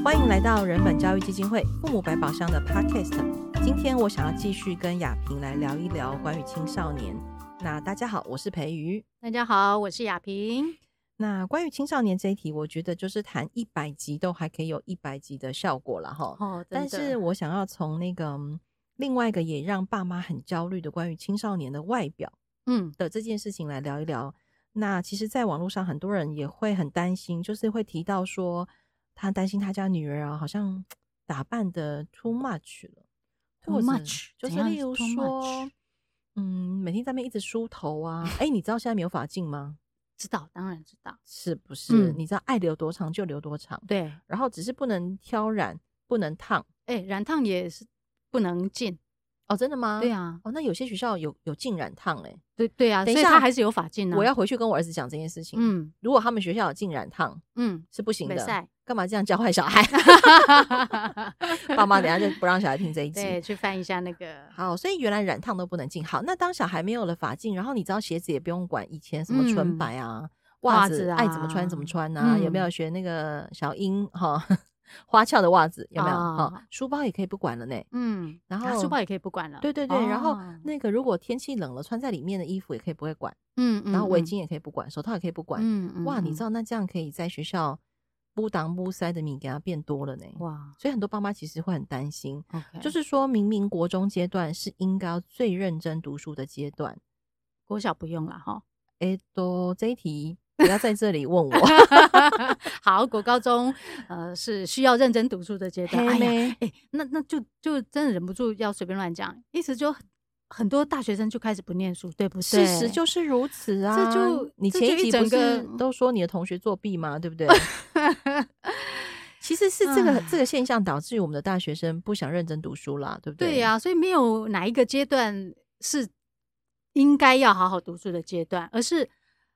欢迎来到人本教育基金会父母百宝箱的 Podcast。 今天我想要继续跟雅萍来聊一聊关于青少年。那大家好，我是培瑜。 大家好，我是雅萍。 那关于青少年这一题，我觉得就是谈100集都还可以有100集的效果啦齁。但是我想要从那个另外一个也让爸妈很焦虑的关于青少年的外表的这件事情来聊一聊。那其实在网络上很多人也会很担心，就是会提到说他担心他家女儿啊好像打扮的 too much 了， too much 就是例如说每天在那边一直梳头啊。你知道现在没有发镜吗？ 知道，当然知道。 是不是你知道爱留多长就留多长？ 对， 然后只是不能挑染，不能烫。 染烫也是不能禁哦，真的吗？ 对啊。 那有些学校有禁染烫对啊，所以他还是有发禁啊。 我要回去跟我儿子讲这件事情。如果他们学校有禁染烫是不行的。干嘛这样教坏小孩？爸妈等一下就不让小孩听这一集。 对，去翻一下那个。 好，所以原来染烫都不能禁。好，那当小孩没有了发镜，然后你知道鞋子也不用管以前什么纯白啊，袜子爱怎么穿怎么穿啊，有没有学那个小樱花俏的袜子有没有？书包也可以不管了呢。然后书包也可以不管了。 对对对。然后那个如果天气冷了，穿在里面的衣服也可以不会管。然后围巾也可以不管，手套也可以不管。哇，你知道那这样可以在学校不当不塞的米给他变多了呢。哇！所以很多爸妈其实会很担心。就是说明明国中阶段是应该最认真读书的阶段， 国小不用了哈。 这一题不要在这里问我。 好，国高中是需要认真读书的阶段。那就真的忍不住要随便乱讲，意思就很多大学生就开始不念书，对不对？ 事实就是如此啊。你前一集不是都说你的同学作弊吗？对不对？其实是这个现象导致于我们的大学生不想认真读书啦，对不对？ 对啊，所以没有哪一个阶段是应该要好好读书的阶段，而是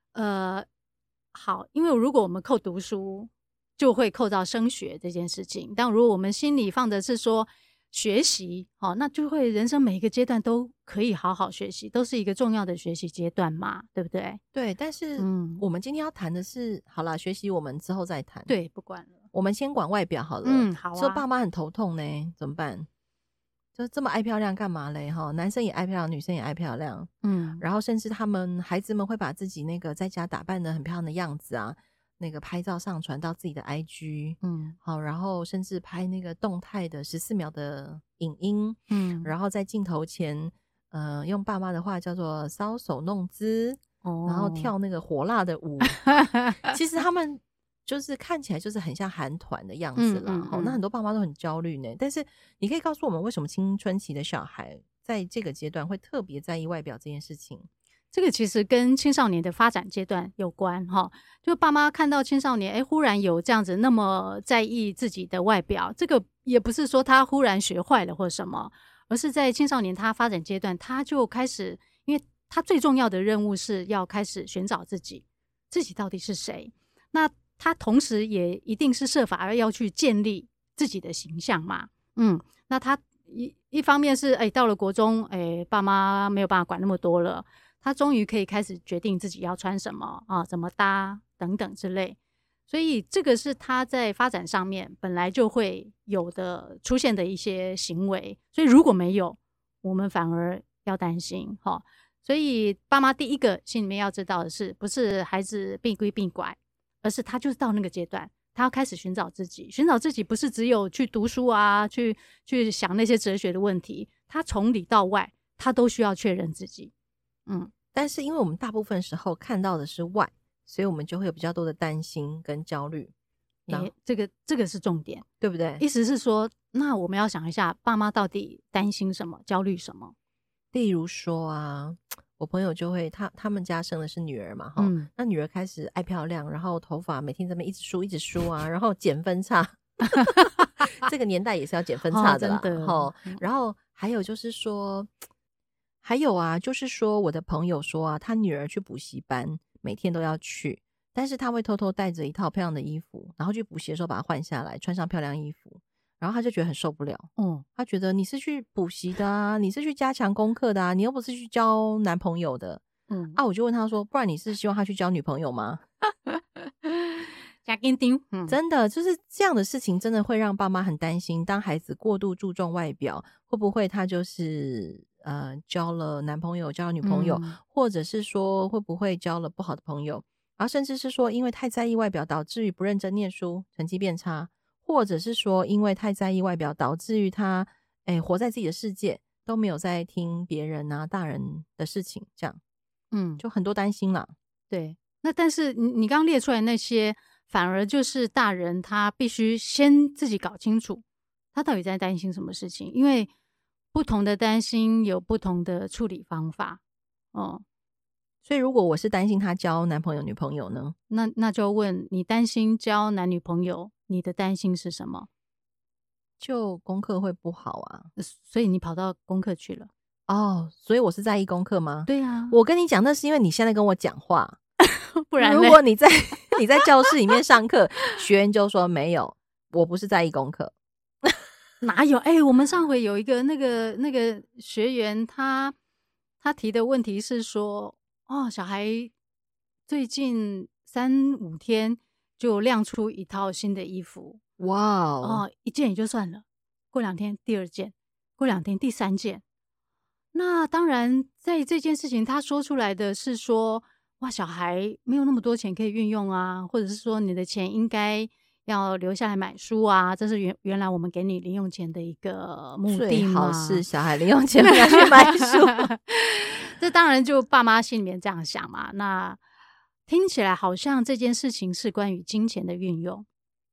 好，因为如果我们扣读书，就会扣到升学这件事情。但如果我们心里放的是说学习，那就会人生每一个阶段都可以好好学习，都是一个重要的学习阶段嘛，对不对？ 对，但是我们今天要谈的是，好啦，学习我们之后再谈。 对，不管了， 我们先管外表好了。 好啊。 说爸妈很头痛呢，怎么办？就这么爱漂亮干嘛嘞？男生也爱漂亮，女生也爱漂亮。然后甚至孩子们会把自己那个在家打扮的很漂亮的样子啊，那个拍照上传到自己的 IG。好，然后甚至拍那个动态的14秒的影音。然后在镜头前用爸妈的话叫做搔首弄姿。然后跳那个火辣的舞。其实他们就是看起来就是很像韩团的样子啦。那很多爸妈都很焦虑呢。但是你可以告诉我们，为什么青春期的小孩在这个阶段会特别在意外表这件事情？ 这个其实跟青少年的发展阶段有关就爸妈看到青少年忽然有这样子那么在意自己的外表，这个也不是说他忽然学坏了或什么，而是在青少年他发展阶段，他就开始，因为他最重要的任务是要开始寻找自己到底是谁。那他同时也一定是设法而要去建立自己的形象嘛。那他一方面是到了国中爸妈没有办法管那么多了，他终于可以开始决定自己要穿什么怎么搭等等之类。所以这个是他在发展上面本来就会有的出现的一些行为，所以如果没有，我们反而要担心所以爸妈第一个心里面要知道的是，不是孩子病归病拐，而是他就是到那个阶段，他要开始寻找自己。寻找自己不是只有去读书啊，去想那些哲学的问题，他从里到外他都需要确认自己。 但是因为我们大部分时候看到的是外，所以我们就会有比较多的担心跟焦虑。 这个是重点， 对不对？ 意思是说，那我们要想一下爸妈到底担心什么，焦虑什么。 例如说啊，我朋友就会他们家生的是女儿嘛那女儿开始爱漂亮，然后头发每天在那边一直梳啊，然后剪分叉。这个年代也是要剪分叉的啦。 真的。 然后还有就是说，我的朋友说啊，他女儿去补习班每天都要去，但是他会偷偷带着一套漂亮的衣服，然后去补习的时候把它换下来，穿上漂亮衣服，然后他就觉得很受不了。他觉得你是去补习的啊，你是去加强功课的啊，你又不是去交男朋友的。我就问他说，不然你是希望他去交女朋友吗？ 真的就是这样的事情，真的会让爸妈很担心。当孩子过度注重外表，会不会他就是交了男朋友、交了女朋友，或者是说会不会交了不好的朋友，然后甚至是说因为太在意外表，导致于不认真念书，成绩变差，或者是说因为太在意外表，导致于他活在自己的世界，都没有在听别人啊大人的事情，这样就很多担心啦。 对，那但是你刚刚列出来那些，反而就是大人他必须先自己搞清楚他到底在担心什么事情，因为不同的担心有不同的处理方法。 所以如果我是担心他交男朋友女朋友呢， 那就问你担心交男女朋友，你的担心是什么？ 就功课会不好啊， 所以你跑到功课去了。 所以我是在意功课吗？ 对啊， 我跟你讲，那是因为你现在跟我讲话不然如果你在教室里面上课，学员就说没有，我不是在意功课。 哪有？我们上回有一个那个学员，他提的问题是说，小孩最近3-5天就亮出一套新的衣服， 哇一件也就算了，过2天第2件，过2天第3件。那当然，在这件事情他说出来的是说，哇，小孩没有那么多钱可以运用啊，或者是说你的钱应该要留下来买书啊，这是原来我们给你零用钱的一个目的嘛。 最好是小孩零用钱拿去买书。 这当然就爸妈心里面这样想嘛。那听起来好像这件事情是关于金钱的运用。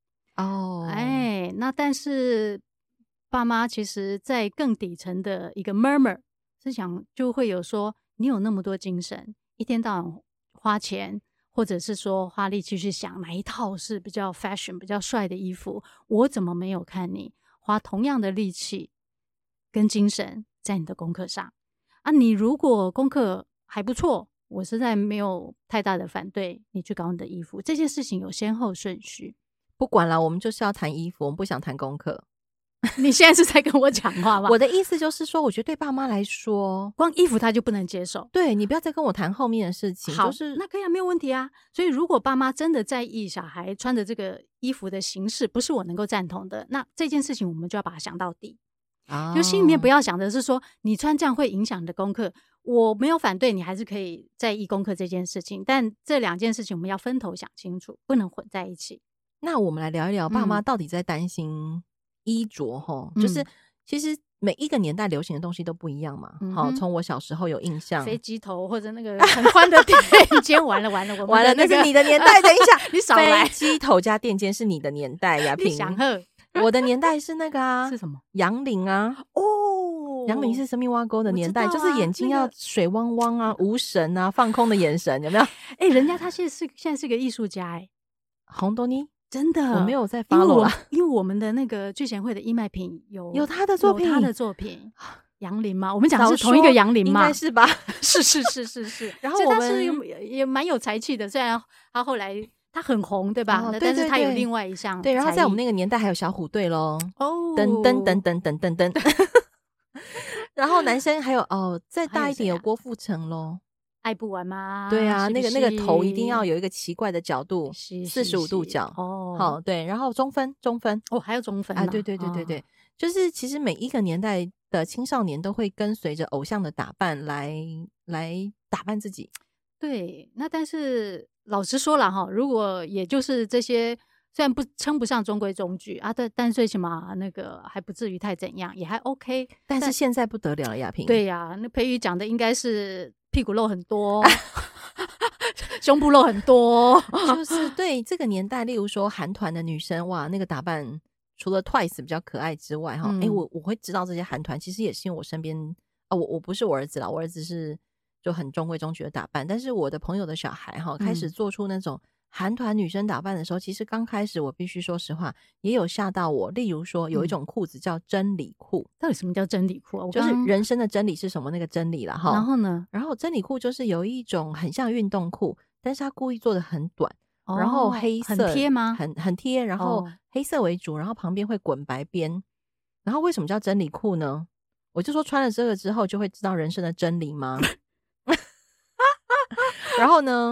那但是爸妈其实在更底层的一个 murmur 是想就会有说，你有那么多精神，一天到晚花钱，或者是说花力气去想哪一套是比较 fashion 比较帅的衣服，我怎么没有看你花同样的力气跟精神在你的功课上啊？你如果功课还不错，我实在没有太大的反对你去搞你的衣服，这件事情有先后顺序。 不管了，我们就是要谈衣服，我们不想谈功课。 你现在是在跟我讲话吗？ 我的意思就是说，我觉得对爸妈来说， 光衣服他就不能接受。 对，你不要再跟我谈后面的事情。 好， 就是那可以啊，没有问题啊。所以如果爸妈真的在意小孩穿的这个衣服的形式不是我能够赞同的，那这件事情我们就要把它想到底。就心里面不要想的是说你穿这样会影响你的功课，我没有反对你还是可以在意功课这件事情，但这2件事情我们要分头想清楚，不能混在一起。 那我们来聊一聊爸妈到底在担心衣着就是其实每一个年代流行的东西都不一样嘛。从我小时候有印象， 飞机头或者那个很宽的垫肩，完了， 那是你的年代。等一下， 你少来， 飞机头加垫肩是你的年代呀， 你想喝？ 我的年代是那个啊， 是什么？ 杨林啊。杨林是生命挖沟的年代，就是眼睛要水汪汪啊，无神啊，放空的眼神，有没有？ 人家他现在是个艺术家红豆妮。 真的， 我没有在 follow 啦， 因为我们的那个聚贤会的义卖品有他的作品， 杨林吗？我们讲的是同一个杨林吗？ 应该是吧？ 是。然后我们也蛮有才气的，虽然他后来他很红，对吧？但是他有另外一项对，然后在我们那个年代还有小虎队咯。噔噔噔噔噔噔噔。然后男生还有再大一点有郭富城咯。 爱不完吗？ 对啊，那个头一定要有一个奇怪的角度，45度角。好，对，然后中分还有中分啊，对，就是其实每一个年代的青少年都会跟随着偶像的打扮来打扮自己。 对，那但是老实说了如果也就是这些，虽然称不上中规中矩啊，但最起码那个还不至于太怎样，也还 OK。 但是现在不得了了，亚萍。 对呀，那培瑜讲的应该是屁股肉很多，胸部肉很多， 就是对这个年代，例如说韩团的女生，哇，那个打扮除了 Twice 比较可爱之外，我会知道这些韩团，其实也是因为我身边我不是我儿子啦，我儿子是就很中规中矩的打扮，但是我的朋友的小孩开始做出那种韩团女生打扮的时候，其实刚开始我必须说实话，也有吓到我。例如说有一种裤子叫真理裤。 到底什么叫真理裤啊？ 就是人生的真理是什么那个真理啦。 然后呢？ 然后真理裤就是有一种很像运动裤，但是它故意做的很短，然后黑色， 很贴吗？ 很贴，然后黑色为主，然后旁边会滚白边。然后为什么叫真理裤呢？我就说穿了这个之后就会知道人生的真理吗？然后呢，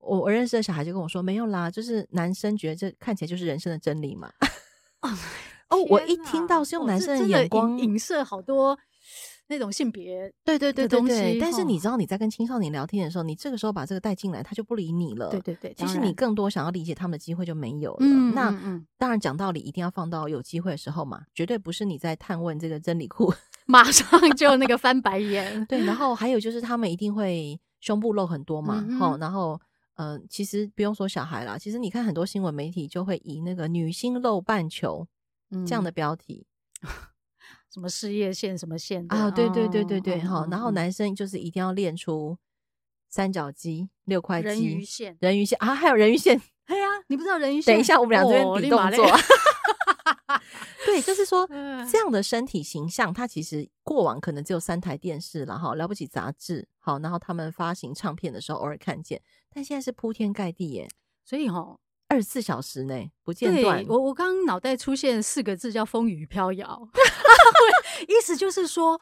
我认识的小孩就跟我说没有啦，就是男生觉得这看起来就是人生的真理嘛。哦，我一听到是用男生的眼光影射好多那种性别对对对对对，但是你知道道你在跟青少年聊天的时候，你这个时候把这个带进来，他就不理你了。 对对对， 其实你更多想要理解他们的机会就没有了。那当然讲道理一定要放到有机会的时候嘛，绝对不是你在探问这个真理库马上就那个翻白眼。 对，然后还有就是他们一定会胸部露很多嘛，然后其实不用说小孩啦，其实你看很多新闻媒体就会以那个女星露半球这样的标题。 什么事业线什么线的啊，对对对对对，然后男生就是一定要练出三角肌、6块肌、人鱼线啊，还有人鱼线。 对啊，你不知道人鱼线？ 等一下，我们俩这边比动作。对，就是说这样的身体形象，它其实过往可能只有3台电视啦，了不起杂志，好，然后他们发行唱片的时候偶尔看见，但现在是铺天盖地耶， 所以 24小时内不间断。 我刚刚脑袋出现4个字叫风雨飘摇，意思就是说，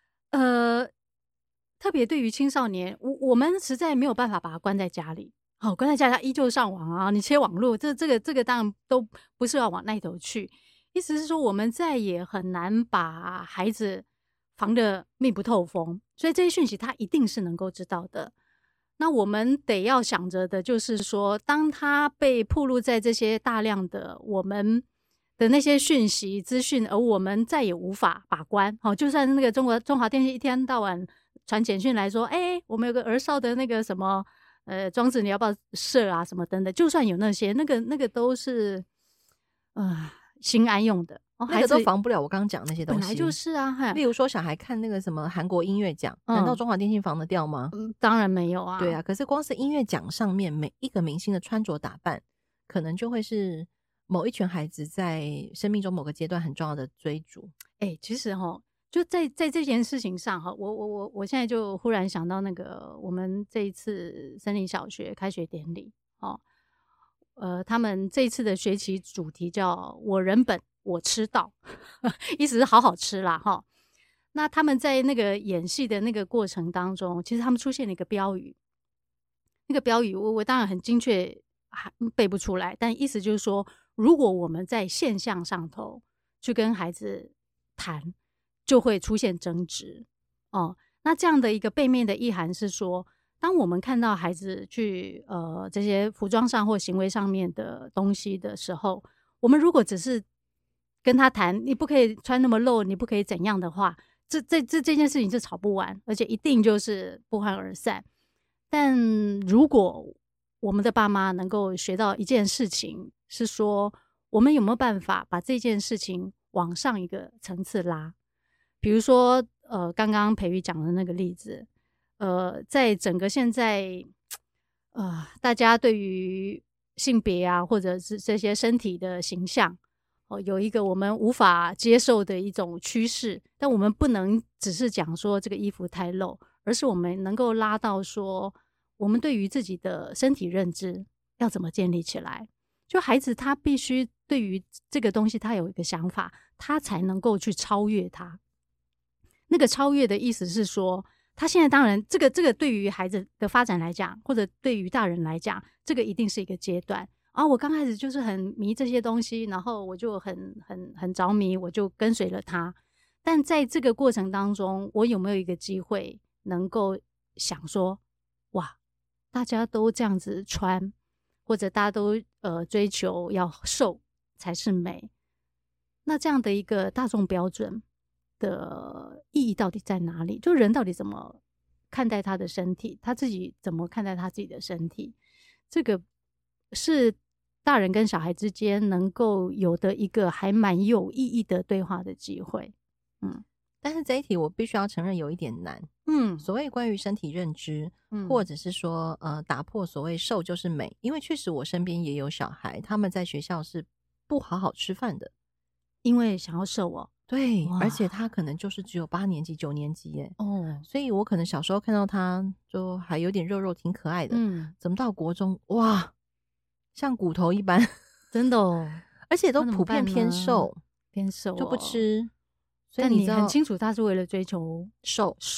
特别对于青少年，我们实在没有办法把他关在家里。关在家他依旧上网啊，你切网络，这个当然都不是要往那头去。意思是说，我们再也很难把孩子防得密不透风，所以这些讯息他一定是能够知道的。那我们得要想着的就是说，当他被暴露在这些大量的我们的那些讯息资讯，而我们再也无法把关，就算那个中华电信一天到晚传简讯来说，我们有个儿少的那个什么装置你要不要设啊什么等等，就算有那些那个都是心安用的， 那个都防不了我刚刚讲那些东西。 本来就是啊， 例如说小孩看那个什么韩国音乐奖，难道中华电信防得掉吗？ 当然没有啊。 对啊，可是光是音乐奖上面每一个明星的穿着打扮，可能就会是某一群孩子在生命中某个阶段很重要的追逐。 其实就在这件事情上我现在就忽然想到那个我们这一次森林小学开学典礼他们这一次的学期主题叫我人本我吃到意思是好好吃啦那他们在那个演戏的那个过程当中，其实他们出现了一个标语，那个标语我当然很精确还背不出来，但意思就是说，如果我们在现象上头去跟孩子谈，就会出现争执那这样的一个背面的意涵是说，当我们看到孩子去这些服装上或行为上面的东西的时候，我们如果只是跟他谈你不可以穿那么露，你不可以怎样的话，这件事情是吵不完，而且一定就是不欢而散。但如果我们的爸妈能够学到一件事情，是说我们有没有办法把这件事情往上一个层次拉。比如说刚刚培育讲的那个例子，在整个现在大家对于性别啊或者是这些身体的形象有一个我们无法接受的一种趋势，但我们不能只是讲说这个衣服太露，而是我们能够拉到说我们对于自己的身体认知要怎么建立起来。就孩子他必须对于这个东西他有一个想法，他才能够去超越它。那个超越的意思是说，他现在当然这个对于孩子的发展来讲，或者对于大人来讲，这个一定是一个阶段我刚开始就是很迷这些东西，然后我就很着迷，我就跟随了他。但在这个过程当中，我有没有一个机会能够想说，哇，大家都这样子穿，或者大家都追求要瘦才是美，那这样的一个大众标准的意义到底在哪里？就人到底怎么看待他的身体，他自己怎么看待他自己的身体，这个是大人跟小孩之间能够有的一个还蛮有意义的对话的机会。 但是这一题我必须要承认有一点难。所谓关于身体认知，或者是说打破所谓瘦就是美，因为确实我身边也有小孩，他们在学校是不好好吃饭的， 因为想要瘦对，而且他可能就是只有8年级9年级耶所以我可能小时候看到他就还有点肉肉挺可爱的怎么到国中哇像骨头一般真的而且都普遍偏瘦偏瘦就不吃。所以但你很清楚他是为了追求瘦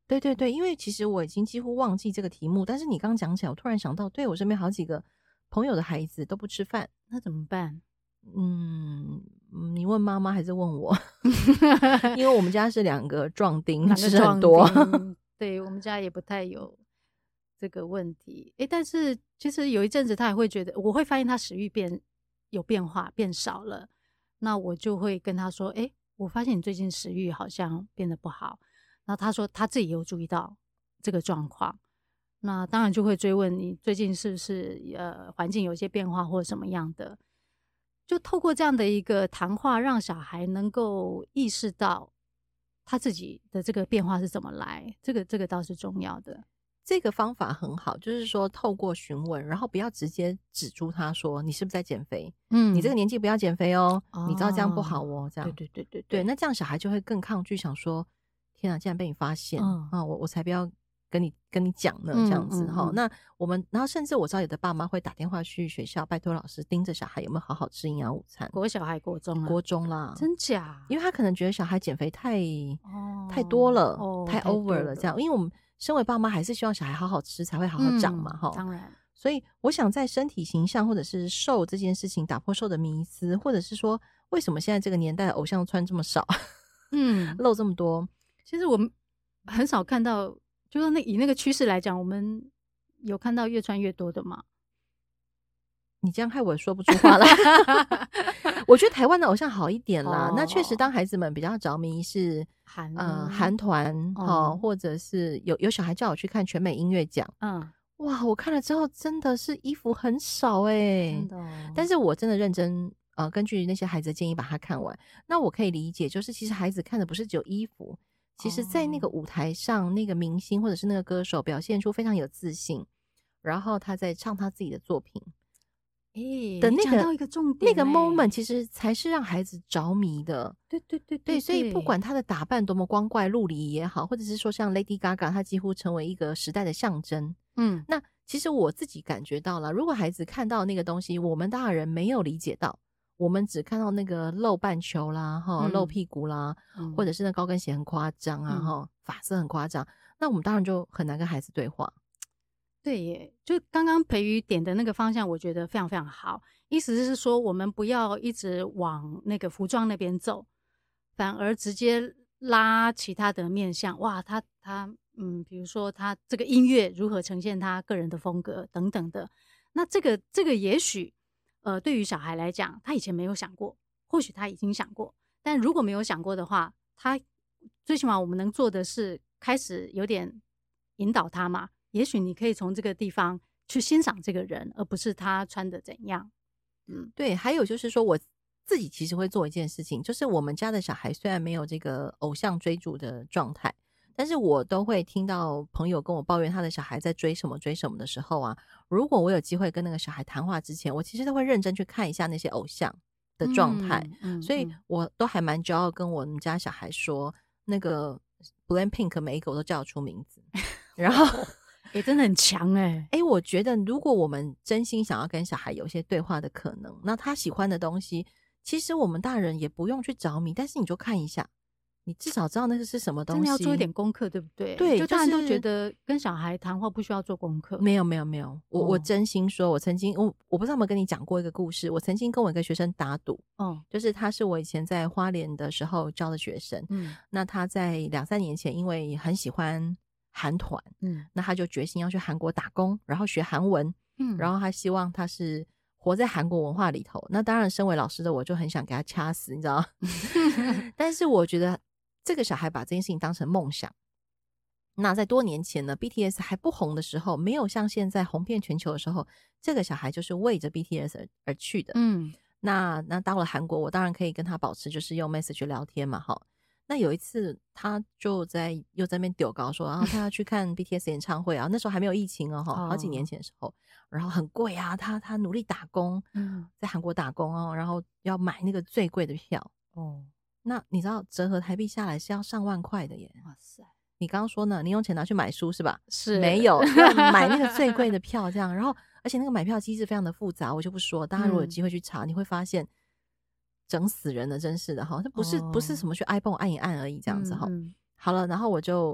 对对对，因为其实我已经几乎忘记这个题目，但是你刚讲起来，我突然想到，对，我身边好几个朋友的孩子都不吃饭， 那怎么办？ 你问妈妈还是问我？因为我们家是2个壮丁，吃很很多。 对，我们家也不太有这个问题。但是其实有一阵子他也会觉得，我会发现他食欲有变化，变少了。那我就会跟他说：我发现你最近食欲好像变得不好。然后他说他自己也有注意到这个状况。那当然就会追问你最近是不是环境有一些变化或者什么样的。就透过这样的一个谈话，让小孩能够意识到他自己的这个变化是怎么来，这个倒是重要的。 这个方法很好，就是说透过询问，然后不要直接指出他说你是不是在减肥，你这个年纪不要减肥哦，你知道这样不好哦，这样对，那这样小孩就会更抗拒，想说天啊，竟然被你发现我才不要跟你讲呢，这样子那我们然后甚至我知道有的爸妈会打电话去学校拜托老师盯着小孩有没有好好吃营养午餐。 国小还国中啊？ 国中啦。 真假？ 因为他可能觉得小孩减肥太多了，太 over 了这样。因为我们身为爸妈还是希望小孩好好吃才会好好长嘛当然。 所以我想在身体形象或者是瘦这件事情，打破瘦的迷思，或者是说为什么现在这个年代的偶像穿这么少露这么多， 其实我们很少看到，就是以那个趋势来讲，我们有看到越穿越多的吗？ 你这样害我说不出话来。我觉得台湾的偶像好一点啦，那确实当孩子们比较着迷是韩团或者是有小孩叫我去看全美音乐奖，哇，我看了之后真的是衣服很少真的但是我真的认真根据那些孩子的建议把它看完。那我可以理解，就是其实孩子看的不是只有衣服，其实在那个舞台上那个明星或者是那个歌手表现出非常有自信，然后他在唱他自己的作品的讲到一个重点， 那个 moment 其实才是让孩子着迷的。对，所以不管他的打扮多么光怪陆离也好，或者是说像 Lady Gaga 她几乎成为一个时代的象征。那其实我自己感觉到了，如果孩子看到那个东西，我们大人没有理解到，我们只看到那个露半球啦露屁股啦或者是那高跟鞋很夸张发色很夸张，那我们当然就很难跟孩子对话。 对耶，就刚刚培瑜点的那个方向我觉得非常非常好，意思是说我们不要一直往那个服装那边走，反而直接拉其他的面向。哇，他比如说他这个音乐如何呈现他个人的风格等等的，那这个也许对于小孩来讲他以前没有想过，或许他已经想过，但如果没有想过的话，他最起码我们能做的是开始有点引导他嘛，也许你可以从这个地方去欣赏这个人，而不是他穿的怎样。 对，还有就是说我自己其实会做一件事情，就是我们家的小孩虽然没有这个偶像追逐的状态，但是我都会听到朋友跟我抱怨他的小孩在追什么的时候啊，如果我有机会跟那个小孩谈话之前，我其实都会认真去看一下那些偶像的状态。所以我都还蛮骄傲跟我们家小孩说，那个 BLACKPINK 每一个我都叫得出名字。然后真的很强我觉得如果我们真心想要跟小孩有一些对话的可能，那他喜欢的东西其实我们大人也不用去着迷，但是你就看一下，你至少知道那个是什么东西， 真的要做一点功课，对不对？ 对， 就大人都觉得跟小孩谈话不需要做功课。 没有我真心说，我曾经我不知道有没有跟你讲过一个故事，我曾经跟我一个学生打赌就是他是我以前在花莲的时候教的学生那他在2-3年前因为很喜欢韩团那他就决心要去韩国打工，然后学韩文然后他希望他是活在韩国文化里头。那当然身为老师的我就很想给他掐死，你知道但是我觉得这个小孩把这件事情当成梦想。那在多年前呢 BTS 还不红的时候，没有像现在红遍全球的时候，这个小孩就是为着 BTS 而去的那到了韩国，我当然可以跟他保持就是用 message 聊天嘛那有一次他就又在那边丢稿说他要去看 BTS 演唱会那时候还没有疫情好几年前的时候，然后很贵他努力打工在韩国打工然后要买那个最贵的票那你知道折合台币下来是要上万块的耶。 哇塞， 你刚刚说呢，你用钱拿去买书是吧？ 是没有，要买那个最贵的票这样然后而且那个买票机制非常的复杂，我就不说，大家如果有机会去查你会发现整死人了，真是的这不是什么去 iPhone 按一按而已这样子好了，然后我就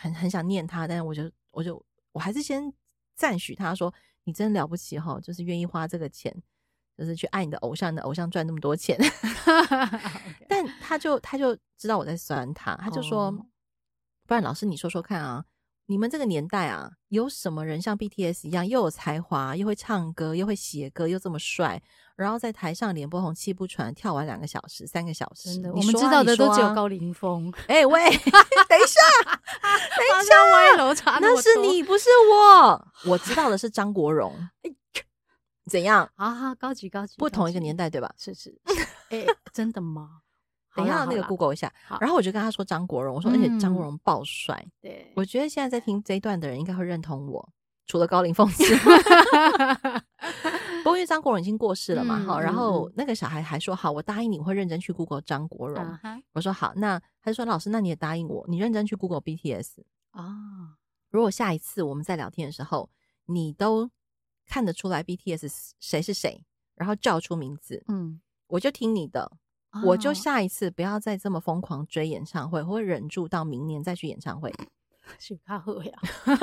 很想念他，但是我还是先赞许他说你真了不起齁，就是愿意花这个钱就是去爱你的偶像，你的偶像赚那么多钱但他就知道我在酸他，他就说不然老师你说说看啊，你们这个年代啊，有什么人像 BTS 一样又有才华又会唱歌又会写歌又这么帅，然后在台上脸不红气不喘跳完2个小时3个小时， 真的，我们知道的都只有高凌风。 喂等一下歪楼差那是你不是我知道的是张国荣怎样啊？高级不同一个年代对吧？ 是真的吗？ 等一下那个 Google 一下，然后我就跟他说张国荣，我说而且张国荣爆帅， 对， 我觉得现在在听这一段的人应该会认同我，除了高凌风之外不过因为张国荣已经过世了嘛，然后那个小孩还说好，我答应你我会认真去 Google 张国荣，我说好，那他就说老师那你也答应我，你认真去 Google BTS 如果下一次我们在聊天的时候你都看得出来 BTS 谁是谁，然后叫出名字我就听你的我就下一次不要再这么疯狂追演唱会，我会忍住到明年再去演唱会是较好呀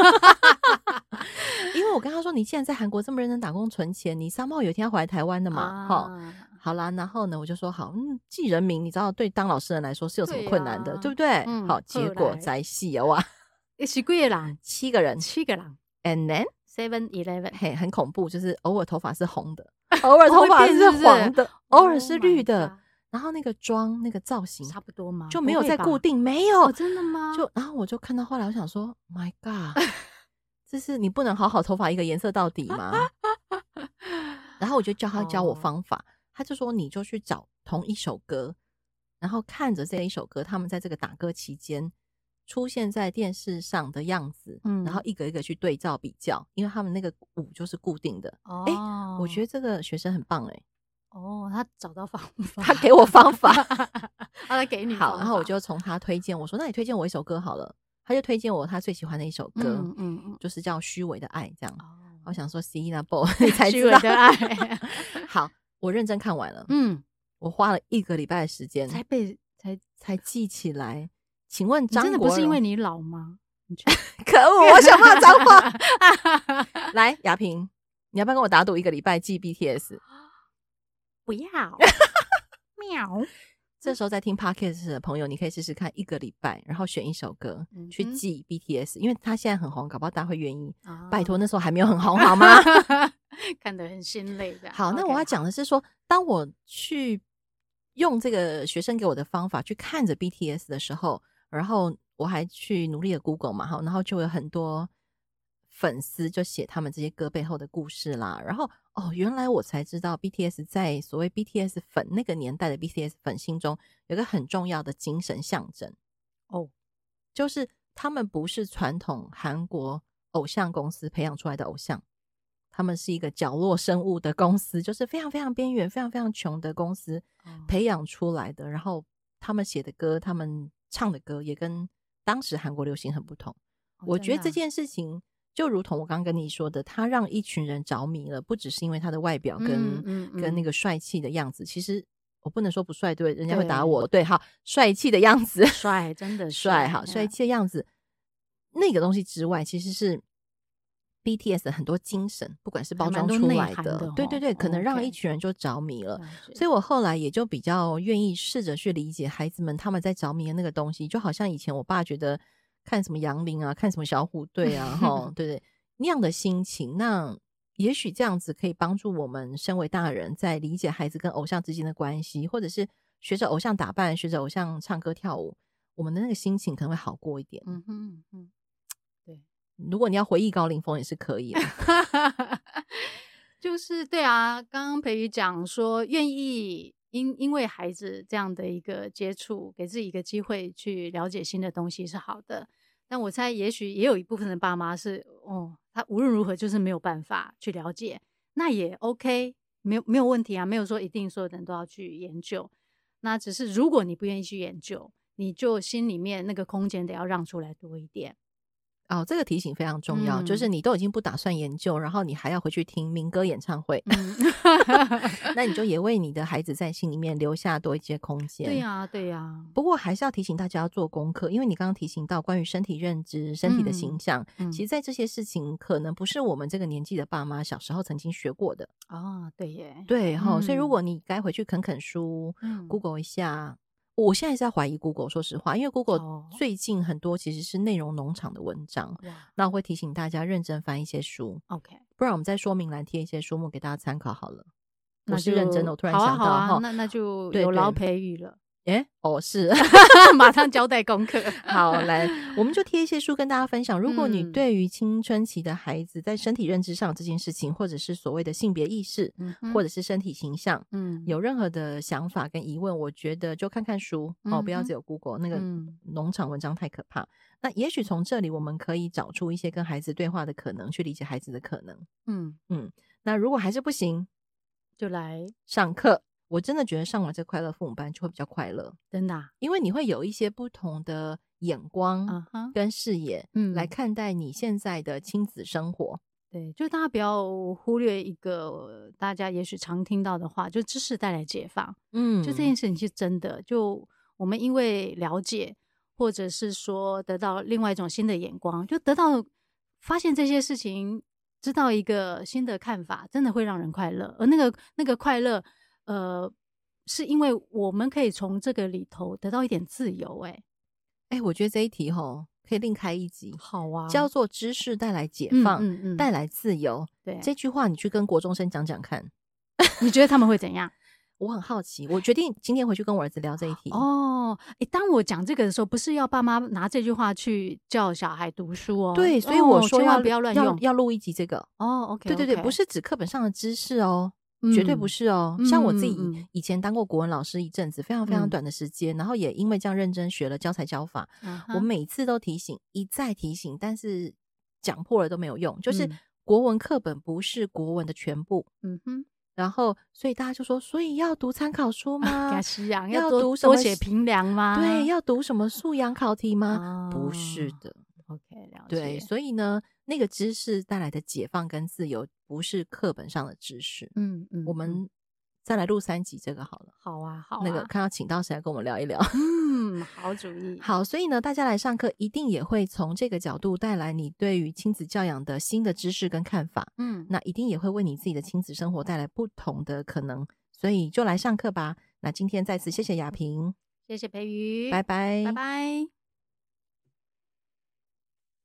因为我跟他说你既然在韩国这么认真打工存钱，你3号有一天要回来台湾的嘛好啦，然后呢我就说好记人名你知道对当老师人来说是有什么困难的 对不对好，结果在戏哇是几个人 ？7个人 7个人 And then 7-11 嘿很恐怖，就是偶尔头发是红的偶尔头发是黄的偶尔是绿的然后那个妆那个造型差不多吗？ 就没有再固定没有真的吗？ 然后我就看到后来我想说 My God 这是你不能好好头发一个颜色到底吗然后我就叫他教我方法他就说你就去找同一首歌然后看着这一首歌他们在这个打歌期间出现在电视上的样子然后一个一个去对照比较，因为他们那个舞就是固定的我觉得这个学生很棒他找到方法他给我方法他来给你方法好，然后我就从他推荐我说那你推荐我一首歌好了，他就推荐我他最喜欢的一首歌就是叫虚伪的爱这样我想说 See那 b 你才知道虚伪的爱好我认真看完了我花了1个礼拜的时间才记起来请问张国荣真的不是因为你老吗？ 可恶我想骂脏话来雅萍你要不要跟我打赌1个礼拜记 BTS 不要喵这时候在听 Podcast 的朋友你可以试试看1个礼拜然后选一首歌去记 BTS 因为他现在很红搞不好大家会愿意拜托那时候还没有很红好吗看得很心累的好那我要讲的是说当我去用这个学生给我的方法去看着 BTS 的时候然后我还去努力的 Google 嘛然后就有很多粉丝就写他们这些歌背后的故事啦然后原来我才知道 BTS 在所谓 BTS 粉那个年代的 BTS 粉心中有个很重要的精神象征就是他们不是传统韩国偶像公司培养出来的偶像他们是一个角落生物的公司就是非常非常边缘非常非常穷的公司培养出来的然后他们写的歌他们唱的歌也跟当时韩国流行很不同我觉得这件事情就如同我刚刚跟你说的他让一群人着迷了不只是因为他的外表跟那个帅气的样子其实我不能说不帅对人家会打我对好帅气的样子帅真的帅好帅气的样子那个东西之外其实是 BTS 的很多精神不管是包装出来的对对对可能让一群人就着迷了所以我后来也就比较愿意试着去理解孩子们他们在着迷的那个东西就好像以前我爸觉得看什么杨林啊看什么小虎队啊对对那样的心情那也许这样子可以帮助我们身为大人在理解孩子跟偶像之间的关系或者是学着偶像打扮学着偶像唱歌跳舞我们的那个心情可能会好过一点对如果你要回忆高凌风也是可以就是对啊刚刚培瑜讲说愿意因为孩子这样的一个接触给自己一个机会去了解新的东西是好的但我猜也许也有一部分的爸妈是他无论如何就是没有办法去了解那也 OK 没有问题啊没有说一定所有的人都要去研究那只是如果你不愿意去研究你就心里面那个空间得要让出来多一点哦，这个提醒非常重要，就是你都已经不打算研究，然后你还要回去听民歌演唱会，那你就也为你的孩子在心里面留下多一些空间。 对呀，对呀。 不过还是要提醒大家要做功课，因为你刚刚提醒到关于身体认知、身体的形象，其实在这些事情可能不是我们这个年纪的爸妈小时候曾经学过的。 哦，对耶， 对齁，所以如果你该回去啃书，Google 一下。我现在是在怀疑 Google， 说实话，因为 Google 最近很多其实是内容农场的文章，那我会提醒大家认真翻一些书 ，OK， 不然我们在说明栏贴一些书目给大家参考好了。我是认真的，我突然想到， 好啊，那就有劳培育了。 是马上交代功课。 好，来，我们就贴一些书跟大家分享。如果你对于青春期的孩子在身体认知上这件事情，或者是所谓的性别意识，或者是身体形象，有任何的想法跟疑问，我觉得就看看书不要只有 Google 那个农场文章太可怕。那也许从这里我们可以找出一些跟孩子对话的可能，去理解孩子的可能。那如果还是不行， 就来上课。我真的觉得上完这快乐父母班就会比较快乐， 真的因为你会有一些不同的眼光跟视野来看待你现在的亲子生活。 对，就大家不要忽略一个大家也许常听到的话，就知识带来解放。就这件事情是真的，就我们因为了解，或者是说得到另外一种新的眼光，就得到发现这些事情，知道一个新的看法，真的会让人快乐。而那个快乐是因为我们可以从这个里头得到一点自由。 我觉得这一题可以另开一集。 好啊， 叫做知识带来解放，带来自由。 对， 这句话你去跟国中生讲讲看， 你觉得他们会怎样？ 我很好奇，我决定今天回去跟我儿子聊这一题。 当我讲这个的时候，不是要爸妈拿这句话去教小孩读书对，所以我说千万不要乱用， 要录一集这个。 OK， 对，不是指课本上的知识绝对不是像我自己以前当过国文老师一阵子，非常非常短的时间，然后也因为这样认真学了教材教法。我每次都提醒，一再提醒，但是讲破了都没有用。就是国文课本不是国文的全部。然后所以大家就说，所以要读参考书吗？ 要读多写评量吗？ 对，要读什么素养考题吗？不是的。 OK， 了解。 对，所以呢，那个知识带来的解放跟自由，不是课本上的知识。我们再来录3集这个好了。 好啊，好啊。 那个看要请到谁来跟我们聊一聊。 好主意。 好，所以呢，大家来上课一定也会从这个角度带来你对于亲子教养的新的知识跟看法。那一定也会为你自己的亲子生活带来不同的可能，所以就来上课吧。那今天再次谢谢雅萍， 谢谢培瑜， 拜拜， 拜拜。